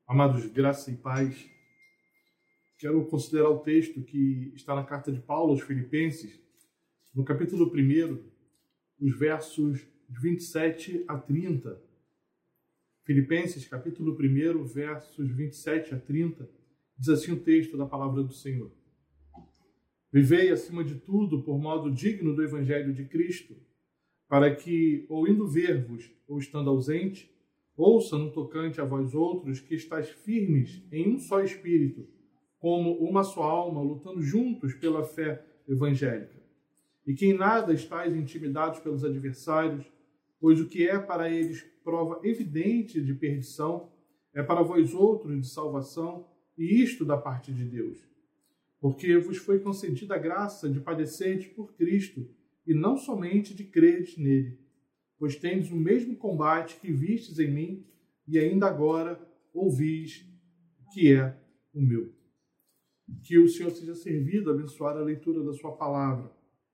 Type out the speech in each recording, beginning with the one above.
Amados, graça e paz. Quero considerar o texto que está na carta de Paulo aos Filipenses, no capítulo 1, os versos 27 a 30. Filipenses, capítulo 1, versos 27 a 30, diz assim o texto da palavra do Senhor. Vivei, acima de tudo, por modo digno do Evangelho de Cristo, para que, ou indo ver-vos, ou estando ausente, ouça no tocante a vós outros que estáis firmes em um só espírito, como uma só alma, lutando juntos pela fé evangélica. E que em nada estáis intimidados pelos adversários, pois o que é para eles prova evidente de perdição, é para vós outros de salvação, e isto da parte de Deus. Porque vos foi concedida a graça de padecerdes por Cristo, e não somente de crerdes nele, pois tendes o mesmo combate que vistes em mim, e ainda agora ouvis que é o meu. Que o Senhor seja servido a abençoar a leitura da sua palavra.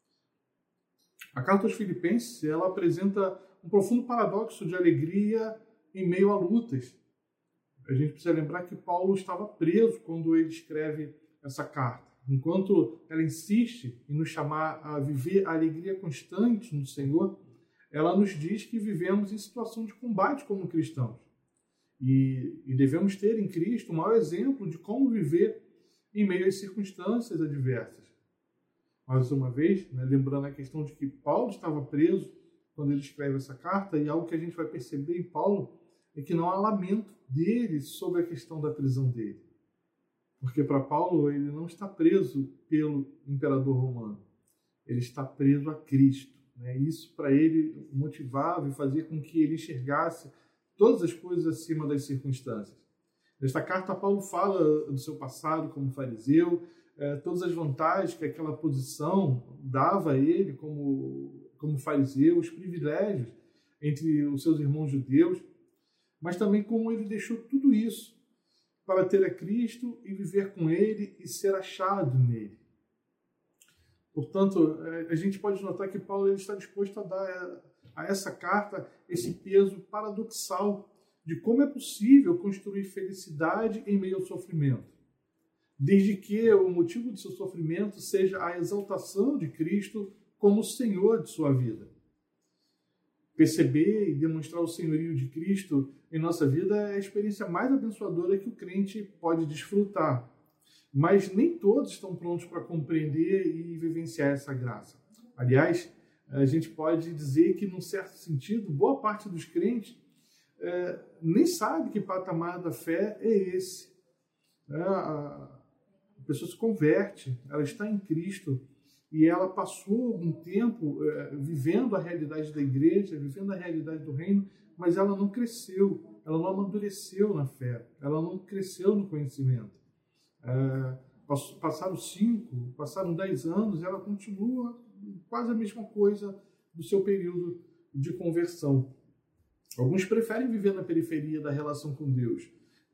A carta aos Filipenses, ela apresenta um profundo paradoxo de alegria em meio a lutas. A gente precisa lembrar que Paulo estava preso quando ele escreve essa carta. Enquanto ela insiste em nos chamar a viver a alegria constante no Senhor, ela nos diz que vivemos em situação de combate como cristãos. E devemos ter em Cristo o maior exemplo de como viver em meio às circunstâncias adversas. Mais uma vez, lembrando a questão de que Paulo estava preso quando ele escreve essa carta, e algo que a gente vai perceber em Paulo é que não há lamento dele sobre a questão da prisão dele. Porque para Paulo, ele não está preso pelo imperador romano, ele está preso a Cristo. Isso para ele motivava e fazia com que ele enxergasse todas as coisas acima das circunstâncias. Nesta carta, Paulo fala do seu passado como fariseu, todas as vantagens que aquela posição dava a ele como fariseu, os privilégios entre os seus irmãos judeus, mas também como ele deixou tudo isso para ter a Cristo e viver com ele e ser achado nele. Portanto, a gente pode notar que Paulo ele está disposto a dar a essa carta esse peso paradoxal de como é possível construir felicidade em meio ao sofrimento, desde que o motivo de seu sofrimento seja a exaltação de Cristo como Senhor de sua vida. Perceber e demonstrar o senhorio de Cristo em nossa vida é a experiência mais abençoadora que o crente pode desfrutar. Mas nem todos estão prontos para compreender e vivenciar essa graça. Aliás, a gente pode dizer que, num certo sentido, boa parte dos crentes nem sabe que patamar da fé é esse. A pessoa se converte, ela está em Cristo e ela passou algum tempo vivendo a realidade da igreja, vivendo a realidade do reino, mas ela não cresceu, ela não amadureceu na fé, ela não cresceu no conhecimento. Passaram 5, passaram 10 anos, ela continua quase a mesma coisa do seu período de conversão. Alguns preferem viver na periferia da relação com Deus.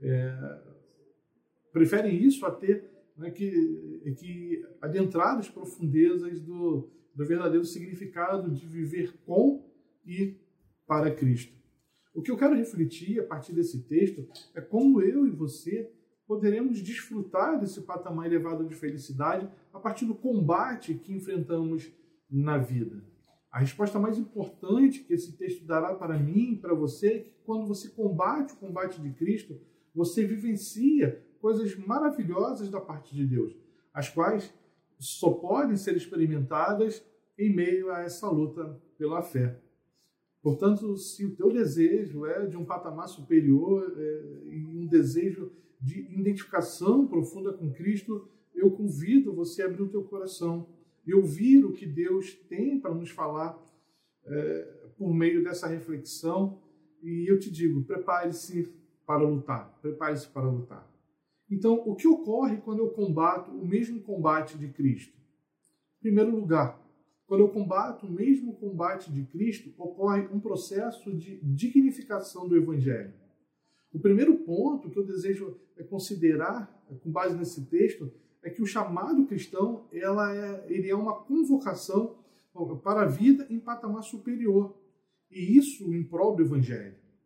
Preferem isso a ter que adentrar as profundezas do verdadeiro significado de viver com e para Cristo. O que eu quero refletir a partir desse texto é como eu e você poderemos desfrutar desse patamar elevado de felicidade a partir do combate que enfrentamos na vida. A resposta mais importante que esse texto dará para mim e para você é que quando você combate o combate de Cristo, você vivencia coisas maravilhosas da parte de Deus, as quais só podem ser experimentadas em meio a essa luta pela fé. Portanto, se o teu desejo é de um patamar superior e um desejo de identificação profunda com Cristo, eu convido você a abrir o teu coração e ouvir o que Deus tem para nos falar por meio dessa reflexão. E eu te digo, prepare-se para lutar, prepare-se para lutar. Então, o que ocorre quando eu combato o mesmo combate de Cristo? Em primeiro lugar, quando eu combato o mesmo combate de Cristo, ocorre um processo de dignificação do Evangelho. O primeiro ponto que eu desejo considerar, com base nesse texto, é que o chamado cristão ele é uma convocação para a vida em patamar superior. E isso em prol do Evangelho.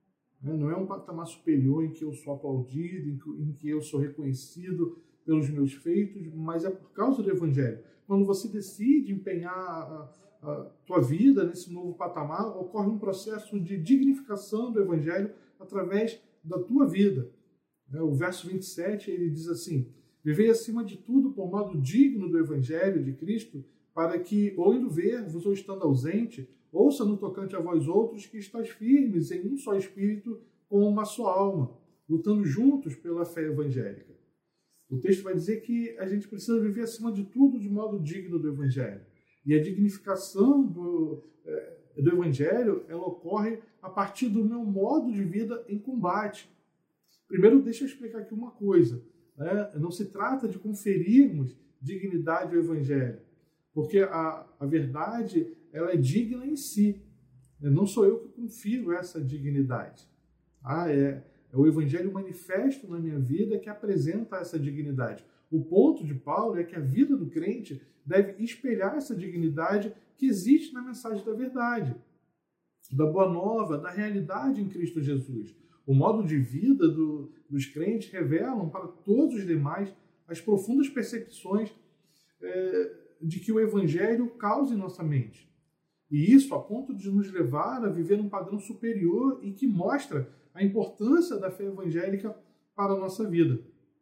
né? Não é um patamar superior em que eu sou aplaudido, em que eu sou reconhecido pelos meus feitos, mas é por causa do Evangelho. Quando você decide empenhar a tua vida nesse novo patamar, ocorre um processo de dignificação do Evangelho através da tua vida. O verso 27, ele diz assim: vivei acima de tudo por modo digno do Evangelho de Cristo, para que, ou indo ver-vos, ou estando ausente, ouça no tocante a vós outros que estáis firmes em um só espírito, com uma só alma, lutando juntos pela fé evangélica. O texto vai dizer que a gente precisa viver acima de tudo de modo digno do Evangelho. E a dignificação do Evangelho, ela ocorre a partir do meu modo de vida em combate. Primeiro, deixa eu explicar aqui uma coisa. Né? Não se trata de conferirmos dignidade ao Evangelho, porque a verdade, ela é digna em si. Não sou eu que confiro essa dignidade. É o Evangelho manifesto na minha vida que apresenta essa dignidade. O ponto de Paulo é que a vida do crente deve espelhar essa dignidade que existe na mensagem da verdade, da boa nova, da realidade em Cristo Jesus. O modo de vida dos crentes revelam para todos os demais as profundas percepções de que o Evangelho causa em nossa mente. E isso a ponto de nos levar a viver um padrão superior e que mostra a importância da fé evangélica para a nossa vida.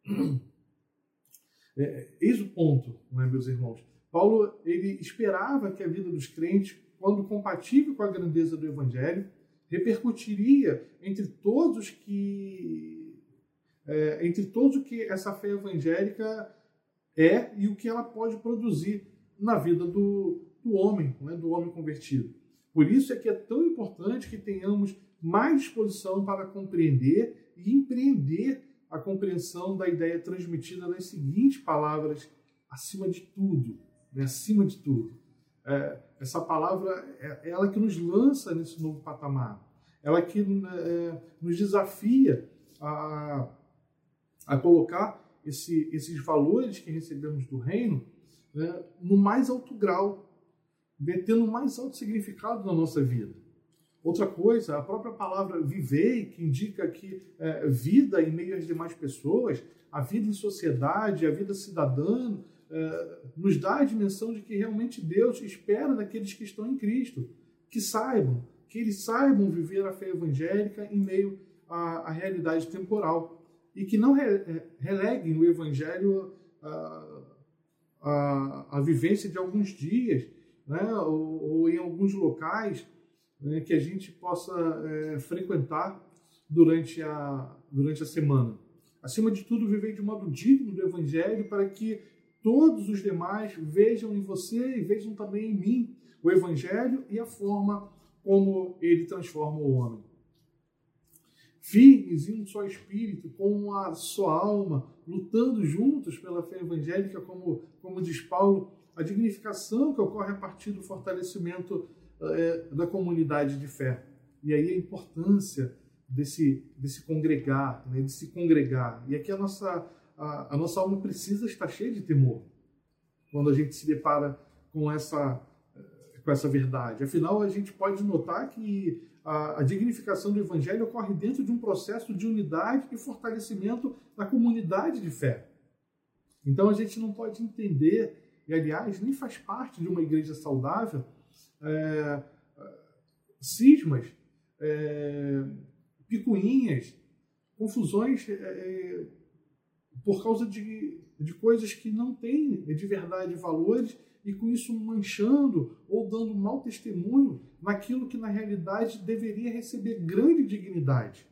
Eis o ponto, não é, meus irmãos? Paulo, ele esperava que a vida dos crentes, quando compatível com a grandeza do Evangelho, repercutiria entre todos o que essa fé evangélica é e o que ela pode produzir na vida do homem, né, do homem convertido. Por isso é que é tão importante que tenhamos mais disposição para compreender e empreender a compreensão da ideia transmitida nas seguintes palavras: acima de tudo. Né? Acima de tudo. Essa palavra é ela que nos lança nesse novo patamar. Ela que nos desafia a colocar esses valores que recebemos do reino, né, no mais alto grau, tendo o mais alto significado na nossa vida. Outra coisa, a própria palavra vivei, que indica que vida em meio às demais pessoas, a vida em sociedade, a vida cidadã, nos dá a dimensão de que realmente Deus espera daqueles que estão em Cristo, que eles saibam viver a fé evangélica em meio à realidade temporal e que não releguem o Evangelho à vivência de alguns dias, né, ou em alguns locais, né, que a gente possa frequentar durante a semana. Acima de tudo, viver de modo digno do Evangelho para que todos os demais vejam em você e vejam também em mim o Evangelho e a forma como ele transforma o homem. Firmes em um só espírito, com uma só alma, lutando juntos pela fé evangélica, como diz Paulo, a dignificação que ocorre a partir do fortalecimento da comunidade de fé. E aí a importância desse congregar, né, de se congregar. E aqui a nossa alma precisa estar cheia de temor quando a gente se depara com essa verdade. Afinal, a gente pode notar que a dignificação do Evangelho ocorre dentro de um processo de unidade e fortalecimento da comunidade de fé. Então a gente não pode entender, e aliás, nem faz parte de uma igreja saudável, cismas, picuinhas, confusões por causa de coisas que não têm de verdade valores, e com isso manchando ou dando mau testemunho naquilo que na realidade deveria receber grande dignidade.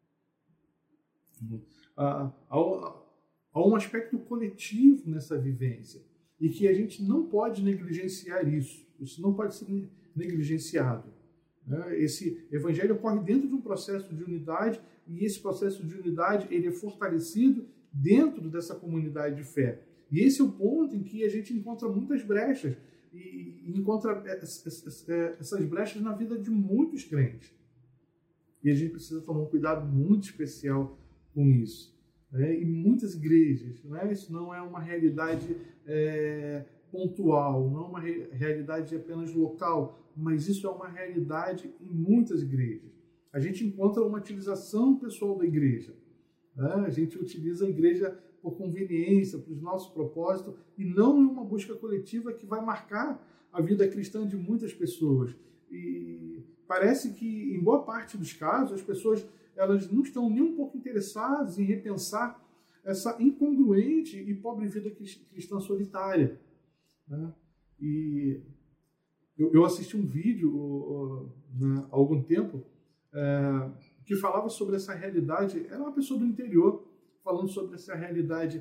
Há um aspecto coletivo nessa vivência e que a gente não pode negligenciar isso. Isso não pode ser negligenciado. Esse evangelho ocorre dentro de um processo de unidade e esse processo de unidade ele é fortalecido dentro dessa comunidade de fé. E esse é o ponto em que a gente encontra muitas brechas e encontra essas brechas na vida de muitos crentes. E a gente precisa tomar um cuidado muito especial com isso. Em muitas igrejas, isso não é uma realidade pontual, não é uma realidade apenas local, mas isso é uma realidade em muitas igrejas. a gente encontra uma utilização pessoal da igreja. Né? A gente utiliza a igreja por conveniência, para os nossos propósitos, e não em uma busca coletiva que vai marcar a vida cristã de muitas pessoas. E parece que, em boa parte dos casos, as pessoas elas não estão nem um pouco interessadas em repensar essa incongruente e pobre vida cristã solitária. Né? E eu assisti um vídeo há algum tempo que falava sobre essa realidade. Era uma pessoa do interior falando sobre essa realidade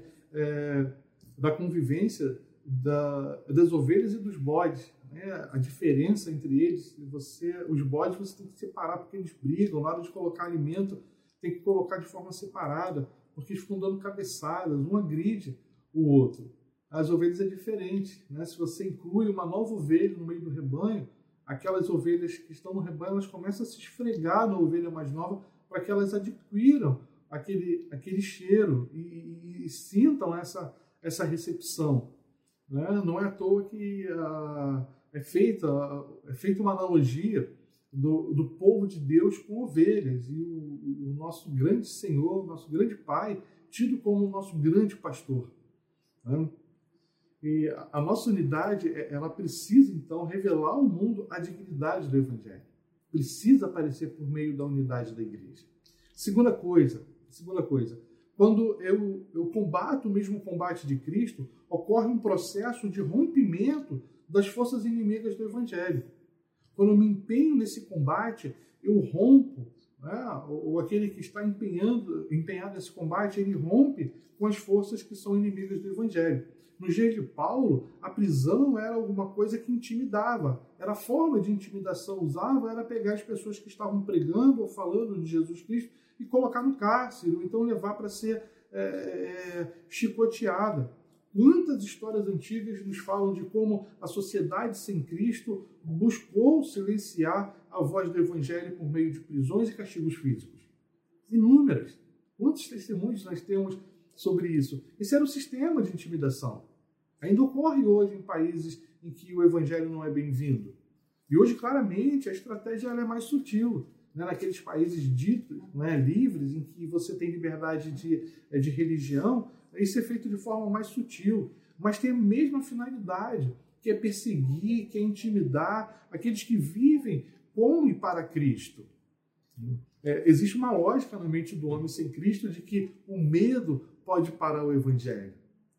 da convivência das ovelhas e dos bodes. Né? A diferença entre eles, os bodes você tem que separar porque eles brigam. Na hora de colocar alimento, tem que colocar de forma separada, porque eles ficam dando cabeçadas, um agride o outro. As ovelhas é diferente. Né? Se você inclui uma nova ovelha no meio do rebanho, aquelas ovelhas que estão no rebanho, elas começam a se esfregar na ovelha mais nova para que elas adquiram aquele cheiro e sintam essa recepção. Né? Não é à toa que é feita uma analogia do povo de Deus com ovelhas, e o nosso grande Senhor, o nosso grande Pai, tido como o nosso grande pastor. Né? E a nossa unidade, ela precisa, então, revelar ao mundo a dignidade do Evangelho. Precisa aparecer por meio da unidade da igreja. Segunda coisa, quando eu combato o mesmo combate de Cristo, ocorre um processo de rompimento das forças inimigas do Evangelho. Quando eu me empenho nesse combate, eu rompo, né? Ou aquele que está empenhado nesse combate, ele rompe com as forças que são inimigas do Evangelho. No dia de Paulo, a prisão era alguma coisa que intimidava, era a forma de intimidação usava, era pegar as pessoas que estavam pregando ou falando de Jesus Cristo e colocar no cárcere, ou então levar para ser chicoteada. Quantas histórias antigas nos falam de como a sociedade sem Cristo buscou silenciar a voz do Evangelho por meio de prisões e castigos físicos? Inúmeras. Quantos testemunhos nós temos sobre isso? Esse era o sistema de intimidação. Ainda ocorre hoje em países em que o Evangelho não é bem-vindo. E hoje, claramente, a estratégia ela é mais sutil. Né? Naqueles países ditos, né, livres, em que você tem liberdade de religião, isso é feito de forma mais sutil, mas tem a mesma finalidade, que é perseguir, que é intimidar aqueles que vivem com e para Cristo. Existe uma lógica na mente do homem sem Cristo de que o medo pode parar o Evangelho.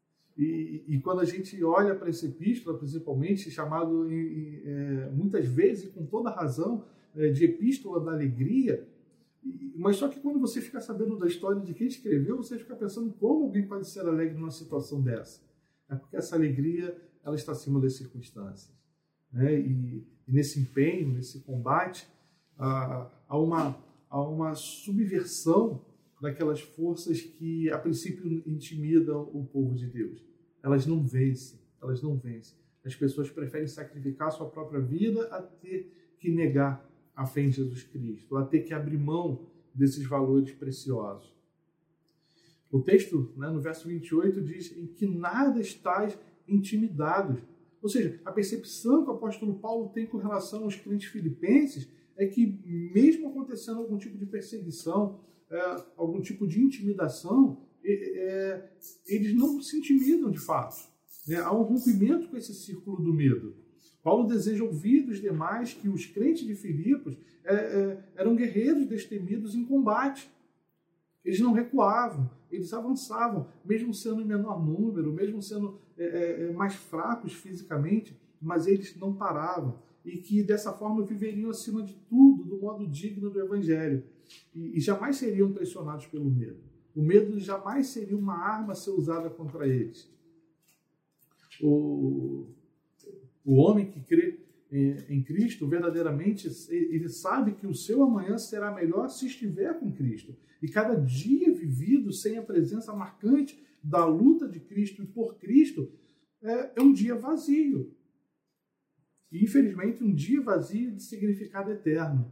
E quando a gente olha para essa epístola, principalmente, chamado muitas vezes, e com toda razão, de epístola da alegria, mas só que quando você fica sabendo da história de quem escreveu, você fica pensando como alguém pode ser alegre numa situação dessa. É porque essa alegria ela está acima das circunstâncias. Né? E nesse empenho, nesse combate, há uma subversão daquelas forças que, a princípio, intimidam o povo de Deus. Elas não vencem. As pessoas preferem sacrificar a sua própria vida a ter que negar a fé em Jesus Cristo, a ter que abrir mão desses valores preciosos. O texto, né, no verso 28, diz em que nada estáis intimidados. Ou seja, a percepção que o apóstolo Paulo tem com relação aos crentes filipenses é que, mesmo acontecendo algum tipo de perseguição, algum tipo de intimidação, eles não se intimidam de fato. Há um rompimento com esse círculo do medo. Paulo deseja ouvir dos demais que os crentes de Filipos eram guerreiros destemidos em combate. Eles não recuavam, eles avançavam, mesmo sendo em menor número, mesmo sendo mais fracos fisicamente, mas eles não paravam. E que dessa forma viveriam acima de tudo, do modo digno do Evangelho. E jamais seriam pressionados pelo medo. O medo jamais seria uma arma a ser usada contra eles. O homem que crê em Cristo, verdadeiramente, ele sabe que o seu amanhã será melhor se estiver com Cristo. E cada dia vivido sem a presença marcante da luta de Cristo e por Cristo é um dia vazio. E, infelizmente, um dia vazio de significado eterno.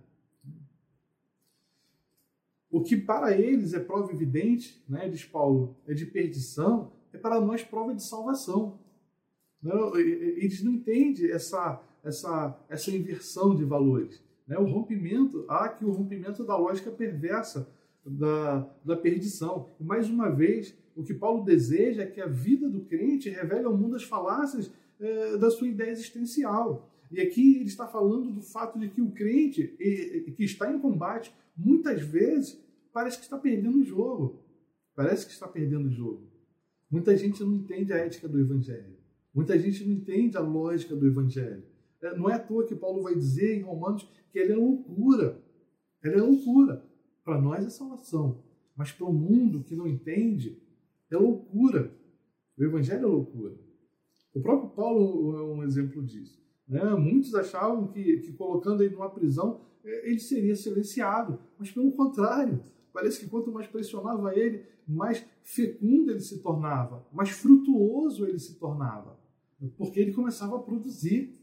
O que para eles é prova evidente, né, diz Paulo, é de perdição, é para nós prova de salvação. Não, eles não entendem essa inversão de valores. né? Há aqui o rompimento da lógica perversa da perdição. E, mais uma vez, o que Paulo deseja é que a vida do crente revele ao mundo as falácias da sua ideia existencial. E aqui ele está falando do fato de que o crente que está em combate, muitas vezes, parece que está perdendo o jogo. Parece que está perdendo o jogo. Muita gente não entende a ética do Evangelho. Muita gente não entende a lógica do Evangelho. Não é à toa que Paulo vai dizer em Romanos que ele é loucura. Ele é loucura. Para nós é salvação. Mas para o mundo que não entende, é loucura. O Evangelho é loucura. O próprio Paulo é um exemplo disso. Né? Muitos achavam que colocando ele numa prisão, ele seria silenciado. Mas pelo contrário, parece que quanto mais pressionava ele, mais fecundo ele se tornava, mais frutuoso ele se tornava, porque ele começava a produzir.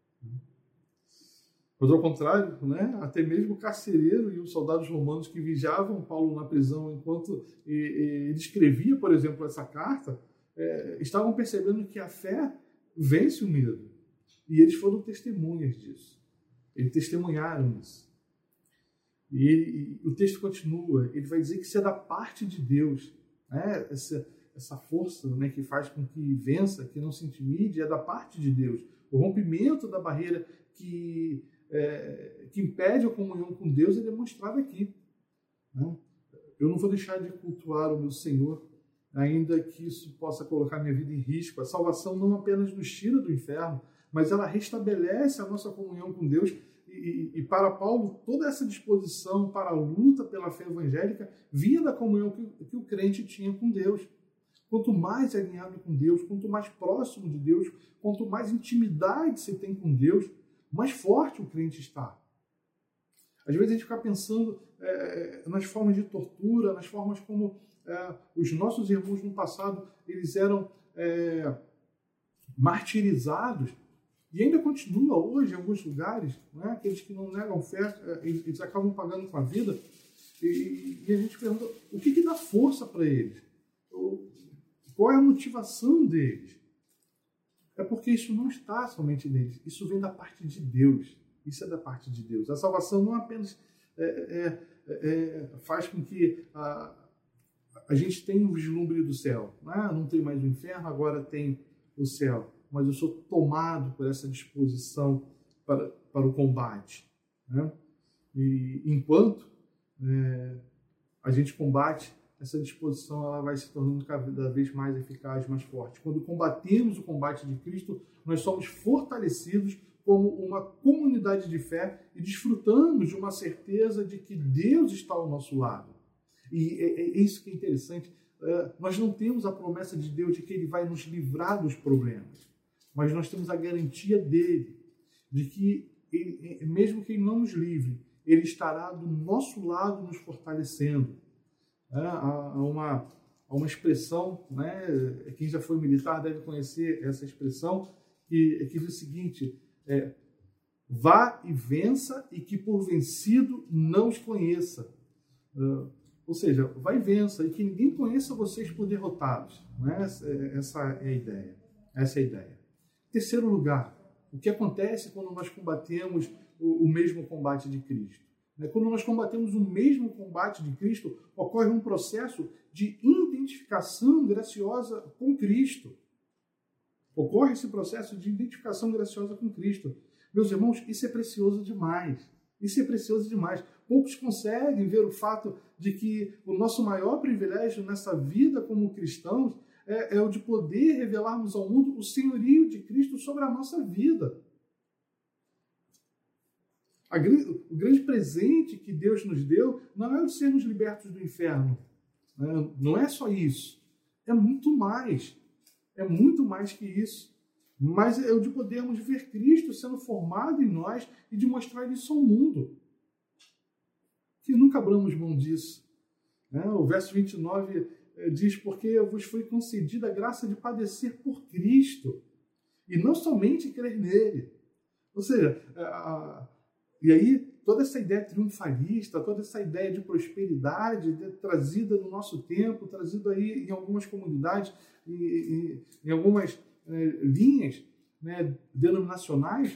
Mas ao contrário, né? Até mesmo o carcereiro e os soldados romanos que vigiavam Paulo na prisão enquanto ele escrevia, por exemplo, essa carta, estavam percebendo que a fé vence o medo. E eles foram testemunhas disso. Eles testemunharam isso. E o texto continua, ele vai dizer que isso é da parte de Deus, né? Essa força, né, que faz com que vença, que não se intimide, é da parte de Deus. O rompimento da barreira que impede a comunhão com Deus é demonstrado aqui. Né? Eu não vou deixar de cultuar o meu Senhor, ainda que isso possa colocar minha vida em risco. A salvação não apenas nos tira do inferno, mas ela restabelece a nossa comunhão com Deus. E para Paulo, toda essa disposição para a luta pela fé evangélica vinha da comunhão que o crente tinha com Deus. Quanto mais alinhado com Deus, quanto mais próximo de Deus, quanto mais intimidade se tem com Deus, mais forte o crente está. Às vezes a gente fica pensando nas formas de tortura, nas formas como os nossos irmãos no passado eles eram martirizados. E ainda continua hoje em alguns lugares, né? Aqueles que não negam fé, eles acabam pagando com a vida. E a gente pergunta, o que dá força para eles? Qual é a motivação deles? É porque isso não está somente neles, isso vem da parte de Deus. Isso é da parte de Deus. A salvação não apenas faz com que a gente tenha um vislumbre do céu. Não tem mais o inferno, agora tem o céu. Mas eu sou tomado por essa disposição para o combate. Né? E enquanto a gente combate, essa disposição ela vai se tornando cada vez mais eficaz, mais forte. Quando combatemos o combate de Cristo, nós somos fortalecidos como uma comunidade de fé e desfrutamos de uma certeza de que Deus está ao nosso lado. E é isso que é interessante. Nós não temos a promessa de Deus de que Ele vai nos livrar dos problemas. Mas nós temos a garantia dele, de que, mesmo que ele não nos livre, ele estará do nosso lado nos fortalecendo. Há uma expressão, né, quem já foi militar deve conhecer essa expressão, que diz o seguinte, vá e vença e que por vencido não os conheça. Ou seja, vá e vença e que ninguém conheça vocês por derrotados. Né? Essa é a ideia. Essa é a ideia. Terceiro lugar, o que acontece quando nós combatemos o mesmo combate de Cristo? Quando nós combatemos o mesmo combate de Cristo, ocorre um processo de identificação graciosa com Cristo. Ocorre esse processo de identificação graciosa com Cristo. Meus irmãos, isso é precioso demais. Isso é precioso demais. Poucos conseguem ver o fato de que o nosso maior privilégio nessa vida como cristãos é o de poder revelarmos ao mundo o senhorio de Cristo sobre a nossa vida. O grande presente que Deus nos deu não é o de sermos libertos do inferno. Não é só isso. É muito mais. É muito mais que isso. Mas é o de podermos ver Cristo sendo formado em nós e de mostrar isso ao mundo. Que nunca abramos mão disso. O verso 29 diz, porque vos foi concedida a graça de padecer por Cristo, e não somente crer nele. Ou seja, e aí toda essa ideia triunfalista, toda essa ideia de prosperidade trazida no nosso tempo, trazida aí em algumas comunidades, em algumas linhas, né, denominacionais,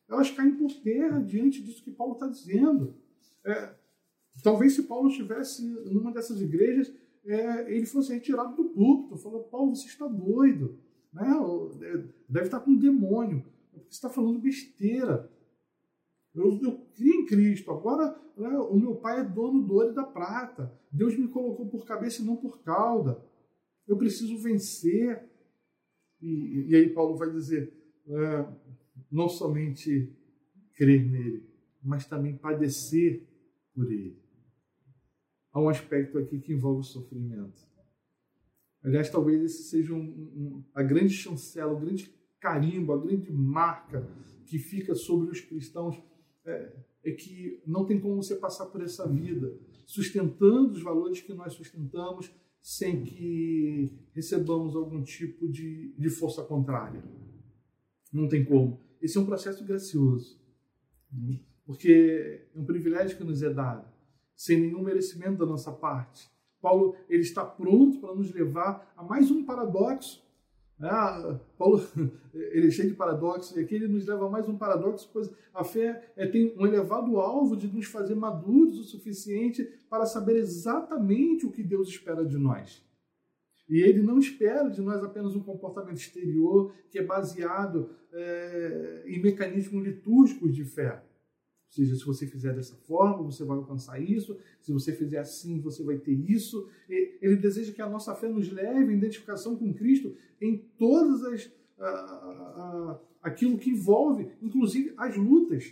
elas caem por terra diante disso que Paulo está dizendo. Talvez se Paulo estivesse numa dessas igrejas, ele fosse retirado do púlpito, falou: Paulo, você está doido, né? Deve estar com um demônio, porque você está falando besteira. Eu criei em Cristo, agora, né, o meu pai é dono do ouro e da prata. Deus me colocou por cabeça e não por cauda. Eu preciso vencer. E aí Paulo vai dizer, não somente crer nele, mas também padecer por ele. Há um aspecto aqui que envolve o sofrimento. Aliás, talvez esse seja a grande chancela, o grande carimbo, a grande marca que fica sobre os cristãos, é que não tem como você passar por essa vida sustentando os valores que nós sustentamos sem que recebamos algum tipo de força contrária. Não tem como. Esse é um processo gracioso, porque é um privilégio que nos é dado, sem nenhum merecimento da nossa parte. Paulo, ele está pronto para nos levar a mais um paradoxo. Paulo, ele é cheio de paradoxos, e aqui ele nos leva a mais um paradoxo, pois a fé tem um elevado alvo de nos fazer maduros o suficiente para saber exatamente o que Deus espera de nós. E ele não espera de nós apenas um comportamento exterior que é baseado em mecanismos litúrgicos de fé. Ou seja, se você fizer dessa forma, você vai alcançar isso. Se você fizer assim, você vai ter isso. Ele deseja que a nossa fé nos leve à identificação com Cristo em todas aquilo que envolve, inclusive as lutas.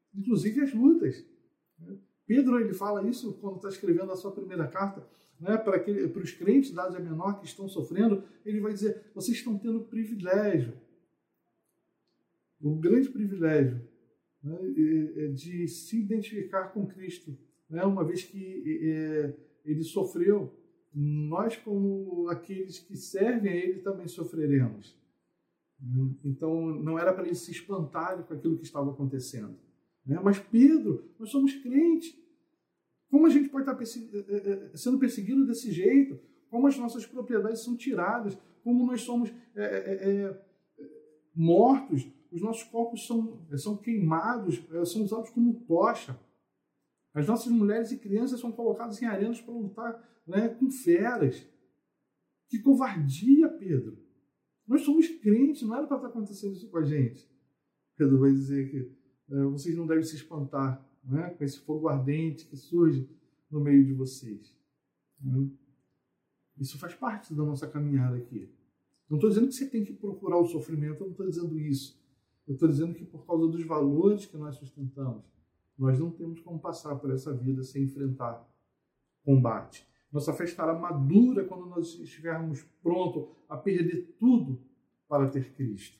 Pedro, ele fala isso quando está escrevendo a sua primeira carta, né, para os crentes da Ásia Menor que estão sofrendo. Ele vai dizer: vocês estão tendo privilégio, o grande privilégio, né, de se identificar com Cristo, né, uma vez que ele sofreu. Nós, como aqueles que servem a ele, também sofreremos. Então, não era para eles se espantarem com aquilo que estava acontecendo, né? Mas Pedro, nós somos crentes. Como a gente pode estar sendo perseguido desse jeito? Como as nossas propriedades são tiradas? Como nós somos mortos? Os nossos corpos são queimados, são usados como tocha. As nossas mulheres e crianças são colocadas em arenas para lutar, né, com feras. Que covardia, Pedro! Nós somos crentes, não era para estar acontecendo isso com a gente. Pedro vai dizer que vocês não devem se espantar, né, com esse fogo ardente que surge no meio de vocês. Isso faz parte da nossa caminhada aqui. Não estou dizendo que você tem que procurar o sofrimento, eu não estou dizendo isso. Eu estou dizendo que por causa dos valores que nós sustentamos, nós não temos como passar por essa vida sem enfrentar combate. Nossa fé estará madura quando nós estivermos prontos a perder tudo para ter Cristo.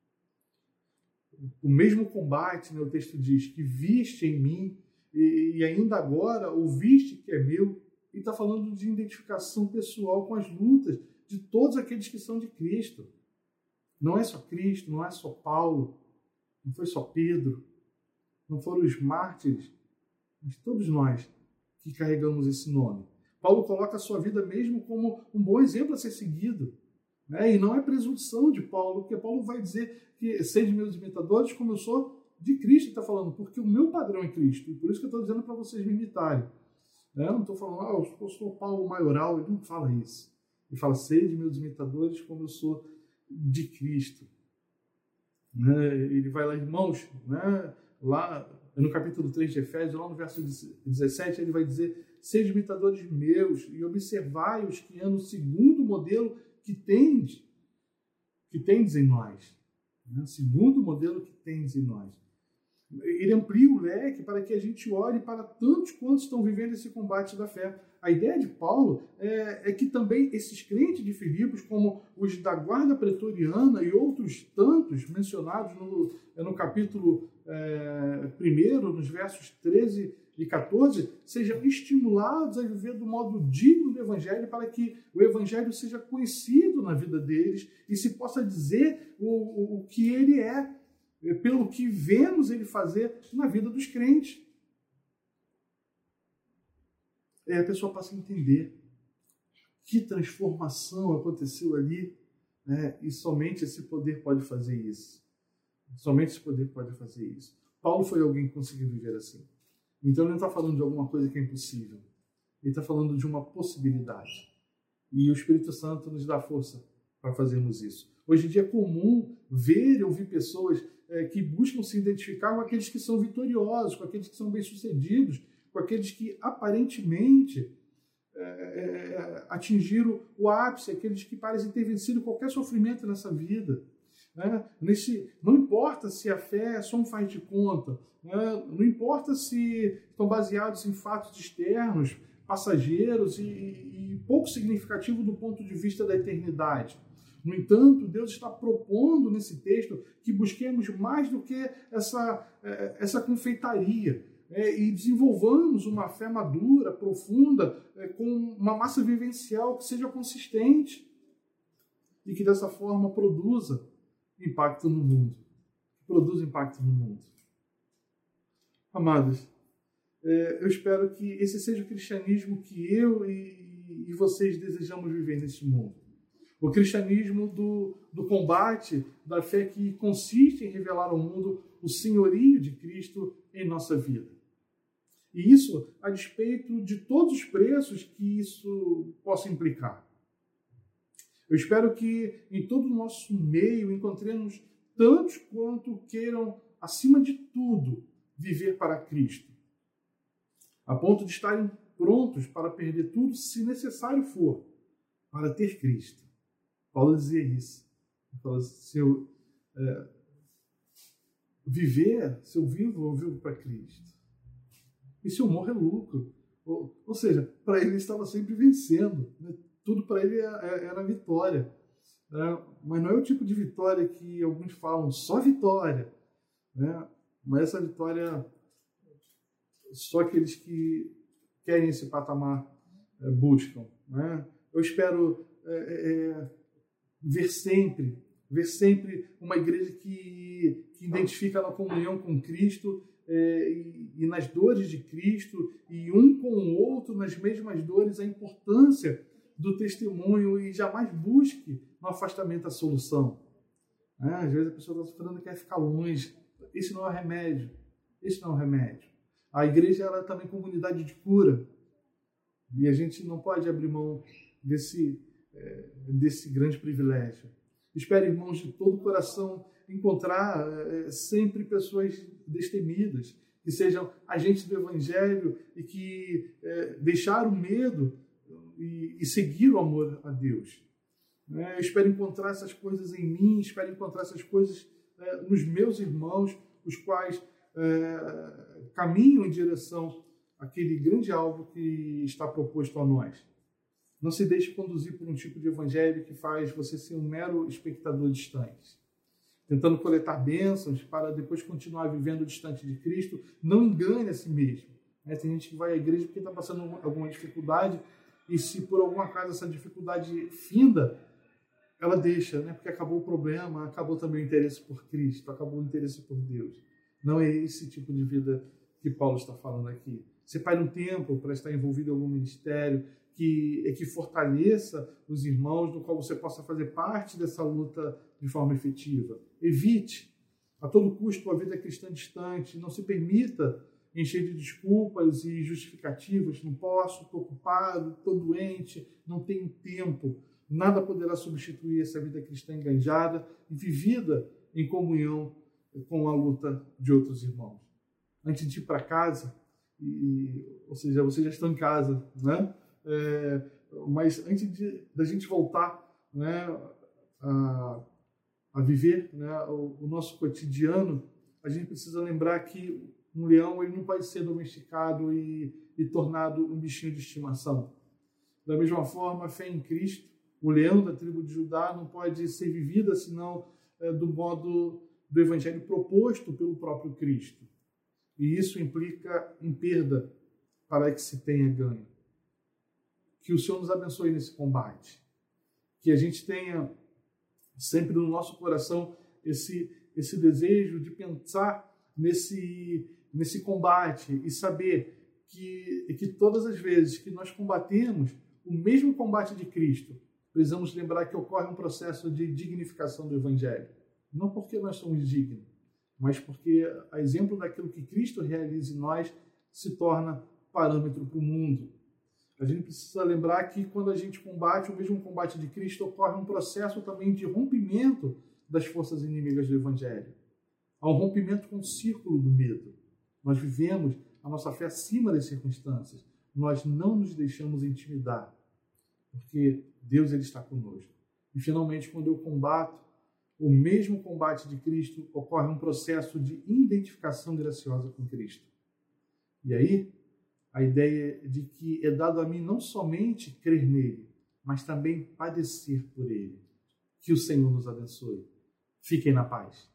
O mesmo combate, né, o texto diz, que viste em mim e ainda agora ouviste que é meu. Ele está falando de identificação pessoal com as lutas de todos aqueles que são de Cristo. Não é só Cristo, não é só Paulo, não foi só Pedro, não foram os mártires, mas todos nós que carregamos esse nome. Paulo coloca a sua vida mesmo como um bom exemplo a ser seguido, né? E não é presunção de Paulo, porque Paulo vai dizer que sede meus imitadores como eu sou de Cristo. Ele está falando, porque o meu padrão é Cristo, e por isso que eu estou dizendo para vocês me imitarem. Eu não estou falando, eu sou Paulo maioral, ele não fala isso. Ele fala, sede meus imitadores como eu sou de Cristo. Né? Ele vai lá, irmãos, né? Lá no capítulo 3 de Efésios, lá no verso 17, ele vai dizer, sede imitadores meus e observai os que andam segundo o modelo que tendes em nós. Né? Segundo o modelo que tendes em nós. Ele amplia o leque para que a gente olhe para tantos quantos estão vivendo esse combate da fé. A ideia de Paulo é que também esses crentes de Filipos, como os da guarda pretoriana e outros tantos mencionados no capítulo 1, nos versos 13 e 14, sejam estimulados a viver do modo digno do Evangelho, para que o Evangelho seja conhecido na vida deles e se possa dizer o que ele é, pelo que vemos ele fazer na vida dos crentes. A pessoa passa a entender que transformação aconteceu ali, né? E somente esse poder pode fazer isso. Somente esse poder pode fazer isso. Paulo foi alguém que conseguiu viver assim. Então ele não está falando de alguma coisa que é impossível. Ele está falando de uma possibilidade. E o Espírito Santo nos dá força para fazermos isso. Hoje em dia é comum ver e ouvir pessoas que buscam se identificar com aqueles que são vitoriosos, com aqueles que são bem-sucedidos, com aqueles que aparentemente atingiram o ápice, aqueles que parecem ter vencido qualquer sofrimento nessa vida. Né? Não importa se a fé é só um faz de conta, né? Não importa se estão baseados em fatos externos, passageiros e pouco significativos do ponto de vista da eternidade. No entanto, Deus está propondo nesse texto que busquemos mais do que essa confeitaria, e desenvolvamos uma fé madura, profunda, com uma massa vivencial que seja consistente e que dessa forma produza impacto no mundo. Produza impacto no mundo. Amados, eu espero que esse seja o cristianismo que eu e vocês desejamos viver neste mundo. O cristianismo do combate, da fé que consiste em revelar ao mundo o senhorio de Cristo em nossa vida. E isso a despeito de todos os preços que isso possa implicar. Eu espero que em todo o nosso meio encontremos tantos quanto queiram, acima de tudo, viver para Cristo, a ponto de estarem prontos para perder tudo, se necessário for, para ter Cristo. Paulo dizia isso. Ele fala, se eu vivo, eu vivo para Cristo. E se eu morro, é lucro. Ou seja, para ele estava sempre vencendo. Né? Tudo para ele era vitória. Né? Mas não é o tipo de vitória que alguns falam, só vitória. Né? Mas essa vitória, só aqueles que querem esse patamar buscam. Né? Eu espero ver sempre uma igreja que identifica na comunhão com Cristo e nas dores de Cristo, e um com o outro nas mesmas dores, a importância do testemunho, e jamais busque no afastamento a solução. Às vezes a pessoa está sofrendo e quer ficar longe. Esse não é o remédio. Esse não é o remédio. A igreja ela é também comunidade de cura. E a gente não pode abrir mão desse grande privilégio. Espero, irmãos, de todo o coração, encontrar sempre pessoas destemidas, que sejam agentes do Evangelho e que deixaram o medo e seguir o amor a Deus. Eu espero encontrar essas coisas em mim, espero encontrar essas coisas nos meus irmãos, os quais caminham em direção àquele grande alvo que está proposto a nós. Não se deixe conduzir por um tipo de evangelho que faz você ser um mero espectador distante, tentando coletar bênçãos para depois continuar vivendo distante de Cristo. Não engane a si mesmo. Tem gente que vai à igreja porque está passando alguma dificuldade, e se por algum acaso essa dificuldade finda, ela deixa, porque acabou o problema, acabou também o interesse por Cristo, acabou o interesse por Deus. Não é esse tipo de vida que Paulo está falando aqui. Separe um tempo para estar envolvido em algum ministério que fortaleça os irmãos, do qual você possa fazer parte dessa luta de forma efetiva. Evite a todo custo a vida cristã distante. Não se permita encher de desculpas e justificativas. Não posso, estou ocupado, estou doente, não tenho tempo. Nada poderá substituir essa vida cristã engajada e vivida em comunhão com a luta de outros irmãos. Antes de ir para casa, ou seja, vocês já estão em casa, né? Mas antes da gente voltar, né, a viver, né, o nosso cotidiano, a gente precisa lembrar que um leão ele não pode ser domesticado e tornado um bichinho de estimação. Da mesma forma, a fé em Cristo, o leão da tribo de Judá não pode ser vivida senão do modo do evangelho proposto pelo próprio Cristo. E isso implica em perda para que se tenha ganho. Que o Senhor nos abençoe nesse combate. Que a gente tenha sempre no nosso coração esse desejo de pensar nesse combate e saber que todas as vezes que nós combatemos o mesmo combate de Cristo, precisamos lembrar que ocorre um processo de dignificação do Evangelho. Não porque nós somos dignos, mas porque, a exemplo daquilo que Cristo realiza em nós, se torna parâmetro para o mundo. A gente precisa lembrar que quando a gente combate o mesmo combate de Cristo, ocorre um processo também de rompimento das forças inimigas do Evangelho. Há um rompimento com o círculo do medo. Nós vivemos a nossa fé acima das circunstâncias. Nós não nos deixamos intimidar, porque Deus ele está conosco. E, finalmente, quando eu combato o mesmo combate de Cristo, ocorre um processo de identificação graciosa com Cristo. E aí, a ideia de que é dado a mim não somente crer nele, mas também padecer por ele. Que o Senhor nos abençoe. Fiquem na paz.